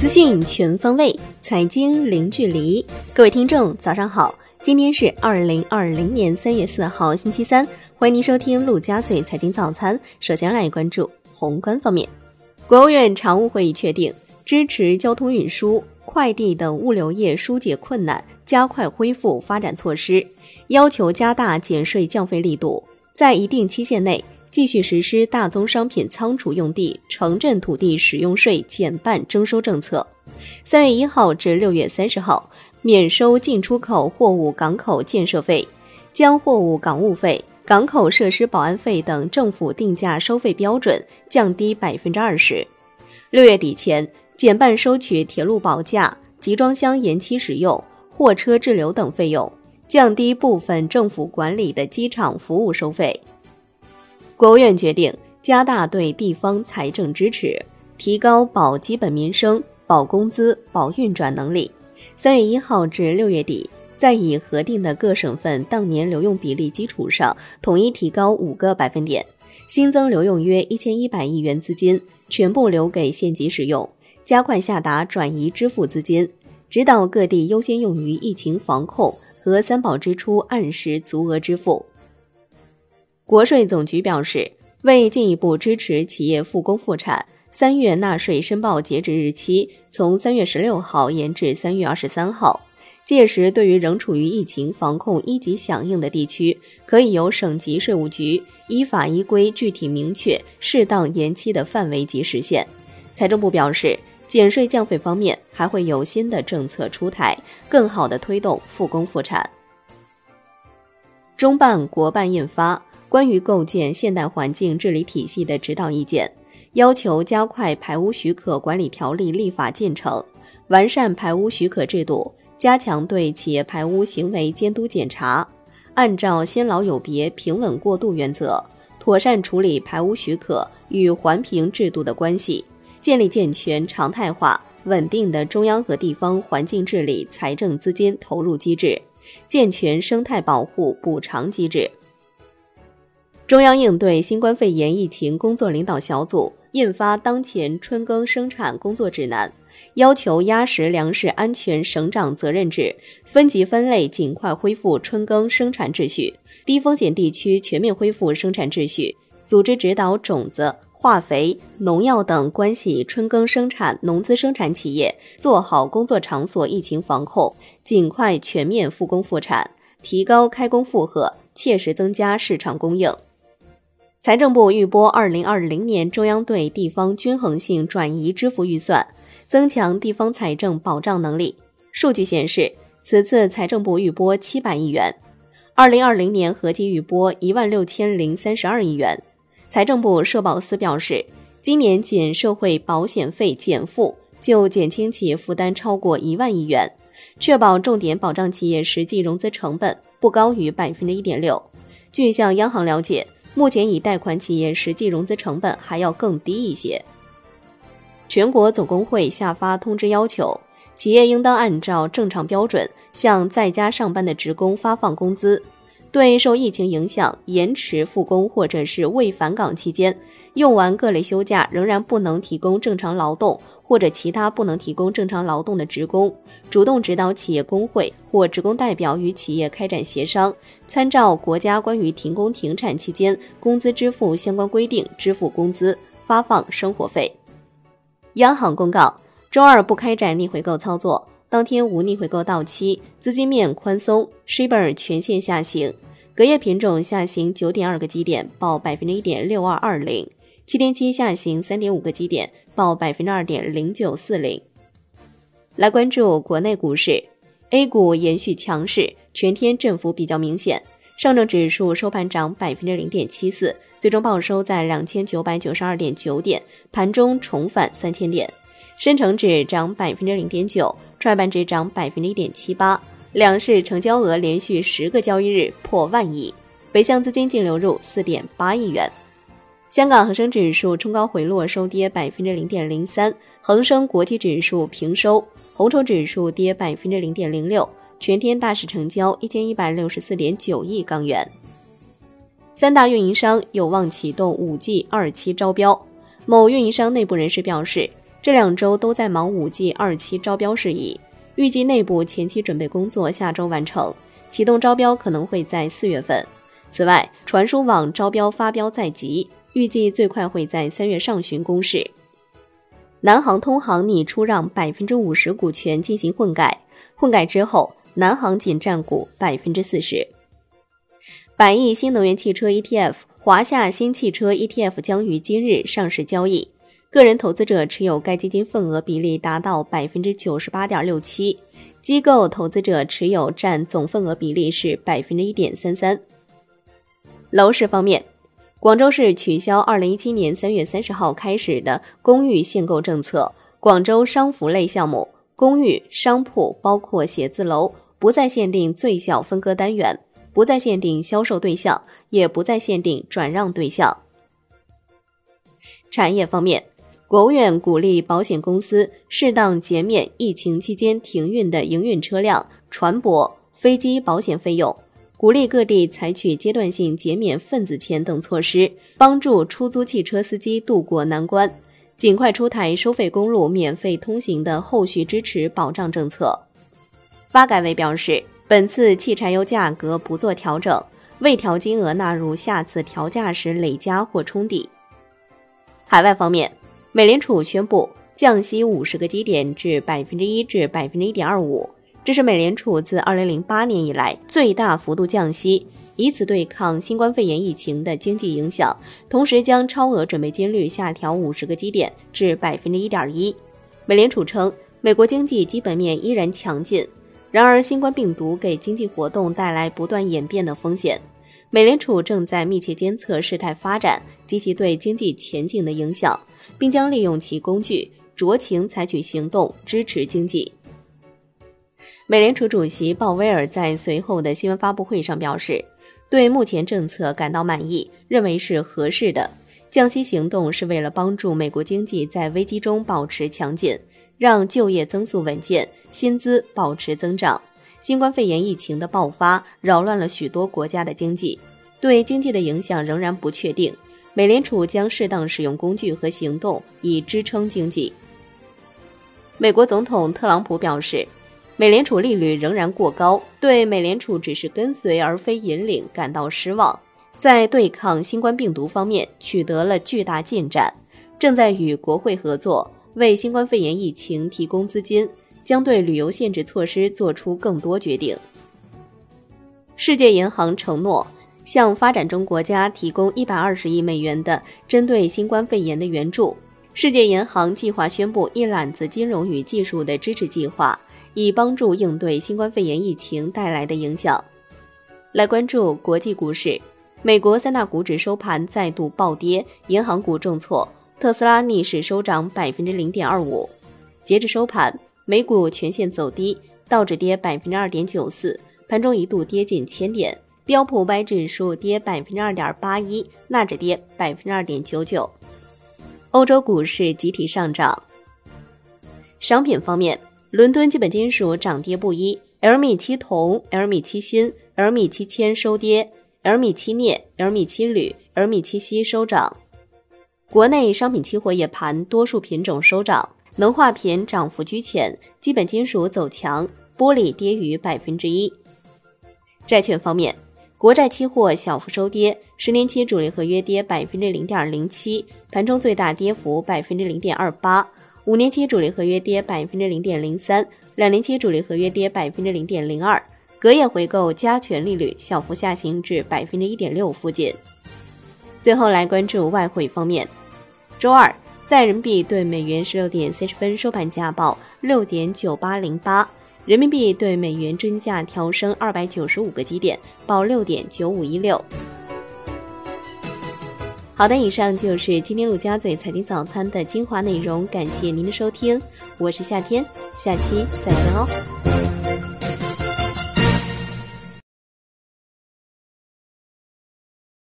资讯全方位，财经零距离。各位听众早上好，今天是2020年3月4号星期三，欢迎您收听陆家嘴财经早餐。首先来关注宏观方面，国务院常务会议确定支持交通运输、快递等物流业疏解困难、加快恢复发展措施，要求加大减税降费力度，在一定期限内继续实施大宗商品仓储用地、城镇土地使用税减半征收政策。3月1号至6月30号，免收进出口货物港口建设费，将货物港务费、港口设施保安费等政府定价收费标准降低 20%。6月底前，减半收取铁路保价、集装箱延期使用、货车滞留等费用，降低部分政府管理的机场服务收费。国务院决定加大对地方财政支持，提高保基本民生、保工资、保运转能力。3月1号至6月底，在已核定的各省份当年留用比例基础上，统一提高5个百分点，新增留用约1100亿元资金，全部留给县级使用，加快下达转移支付资金，指导各地优先用于疫情防控和三保支出按时足额支付。国税总局表示，为进一步支持企业复工复产，3月纳税申报截止日期从3月16号延至3月23号。届时，对于仍处于疫情防控一级响应的地区，可以由省级税务局依法依规具体明确适当延期的范围及时限。财政部表示，减税降费方面还会有新的政策出台，更好地推动复工复产。中办国办印发关于构建现代环境治理体系的指导意见，要求加快排污许可管理条例立法进程，完善排污许可制度，加强对企业排污行为监督检查，按照先老有别、平稳过渡原则，妥善处理排污许可与环评制度的关系，建立健全常态化、稳定的中央和地方环境治理财政资金投入机制，健全生态保护补偿机制。中央应对新冠肺炎疫情工作领导小组印发当前春耕生产工作指南，要求压实粮食安全省长责任制，分级分类尽快恢复春耕生产秩序，低风险地区全面恢复生产秩序，组织指导种子、化肥、农药等关系春耕生产农资生产企业做好工作场所疫情防控，尽快全面复工复产，提高开工负荷，切实增加市场供应。财政部预拨2020年中央对地方均衡性转移支付预算，增强地方财政保障能力。数据显示，此次财政部预拨700亿元，2020年合计预拨16032亿元。财政部社保司表示，今年减社会保险费减负就减轻企业负担超过1万亿元，确保重点保障企业实际融资成本不高于 1.6%。 据向央行了解，目前以贷款企业实际融资成本还要更低一些。全国总工会下发通知要求，企业应当按照正常标准向在家上班的职工发放工资，对受疫情影响延迟复工或者是未返岗期间用完各类休假仍然不能提供正常劳动或者其他不能提供正常劳动的职工，主动指导企业工会或职工代表与企业开展协商，参照国家关于停工停产期间工资支付相关规定支付工资，发放生活费。央行公告，周二不开展逆回购操作，当天无逆回购到期，资金面宽松 ，Shibor 全线下行，隔夜品种下行 9.2 个基点，报 1.6220%， 7天期下行 3.5 个基点，报 2.0940%。 来关注国内股市， A 股延续强势，全天振幅比较明显，上证指数收盘涨 0.74%， 最终报收在 2992.9 点，盘中重返3000点。深成指涨 0.9%， 创业板指涨 1.78%， 两市成交额连续10个交易日破万亿，北向资金净流入 4.8 亿元。香港恒生指数冲高回落，收跌 0.03%， 恒生国际指数平收，红筹指数跌 0.06%， 全天大市成交 1164.9 亿港元。三大运营商有望启动 5G 2期招标。某运营商内部人士表示， 这2周都在忙5G2期招标事宜，预计内部前期准备工作下周完成，启动招标可能会在4月份。此外，传输网招标发标在即，预计最快会在3月上旬公示。南航通航拟出让 50% 股权进行混改，混改之后，南航仅占股 40%。百亿新能源汽车 ETF 华夏新汽车 ETF 将于今日上市交易，个人投资者持有该基金份额比例达到 98.67%， 机构投资者持有占总份额比例是 1.33%。楼市方面，广州市取消2017年3月30号开始的公寓限购政策，广州商服类项目、公寓、商铺包括写字楼不再限定最小分割单元，不再限定销售对象，也不再限定转让对象。产业方面，国务院鼓励保险公司适当减免疫情期间停运的营运车辆、船舶、飞机保险费用，鼓励各地采取阶段性减免份子钱等措施，帮助出租汽车司机渡过难关，尽快出台收费公路免费通行的后续支持保障政策。发改委表示，本次汽柴油价格不做调整，未调金额纳入下次调价时累加或冲抵。海外方面，美联储宣布降息50个基点至 1% 至 1.25%， 这是美联储自2008年以来最大幅度降息，以此对抗新冠肺炎疫情的经济影响，同时将超额准备金率下调50个基点至 1.1%。 美联储称，美国经济基本面依然强劲，然而新冠病毒给经济活动带来不断演变的风险，美联储正在密切监测事态发展及其对经济前景的影响，并将利用其工具酌情采取行动支持经济。美联储主席鲍威尔在随后的新闻发布会上表示，对目前政策感到满意，认为是合适的。降息行动是为了帮助美国经济在危机中保持强劲，让就业增速稳健，薪资保持增长。新冠肺炎疫情的爆发扰乱了许多国家的经济，对经济的影响仍然不确定。美联储将适当使用工具和行动以支撑经济。美国总统特朗普表示，美联储利率仍然过高，对美联储只是跟随而非引领感到失望。在对抗新冠病毒方面取得了巨大进展，正在与国会合作，为新冠肺炎疫情提供资金，将对旅游限制措施做出更多决定。世界银行承诺向发展中国家提供120亿美元的针对新冠肺炎的援助。世界银行计划宣布一揽子金融与技术的支持计划，以帮助应对新冠肺炎疫情带来的影响。来关注国际股市，美国3大股指收盘再度暴跌，银行股重挫，特斯拉逆势收涨 0.25%。 截至收盘，美股全线走低，道指跌 2.94%， 盘中一度跌近1000点，标普500指数跌 2.81%， 纳指跌 2.99%。 欧洲股市集体上涨。商品方面，伦敦基本金属涨跌不一， LME7 铜、LME7 锌、LME7铅收跌， LME7 镍、LME7 铝、LME7锡收涨。国内商品期货夜盘多数品种收涨，能化品涨幅居前，基本金属走强，玻璃跌逾 1%。 债券方面，国债期货小幅收跌，10年期主力合约跌 0.07%， 盘中最大跌幅 0.28%， 5年期主力合约跌 0.03%， 2年期主力合约跌 0.02%， 隔夜回购加权利率小幅下行至 1.6% 附近。最后来关注外汇方面，周二在人民币对美元16点30分收盘价报 6.9808， 人民币对美元均价调升295个基点，报 6.9516。 好的，以上就是今天陆家嘴财经早餐的精华内容，感谢您的收听，我是夏天，下期再见哦。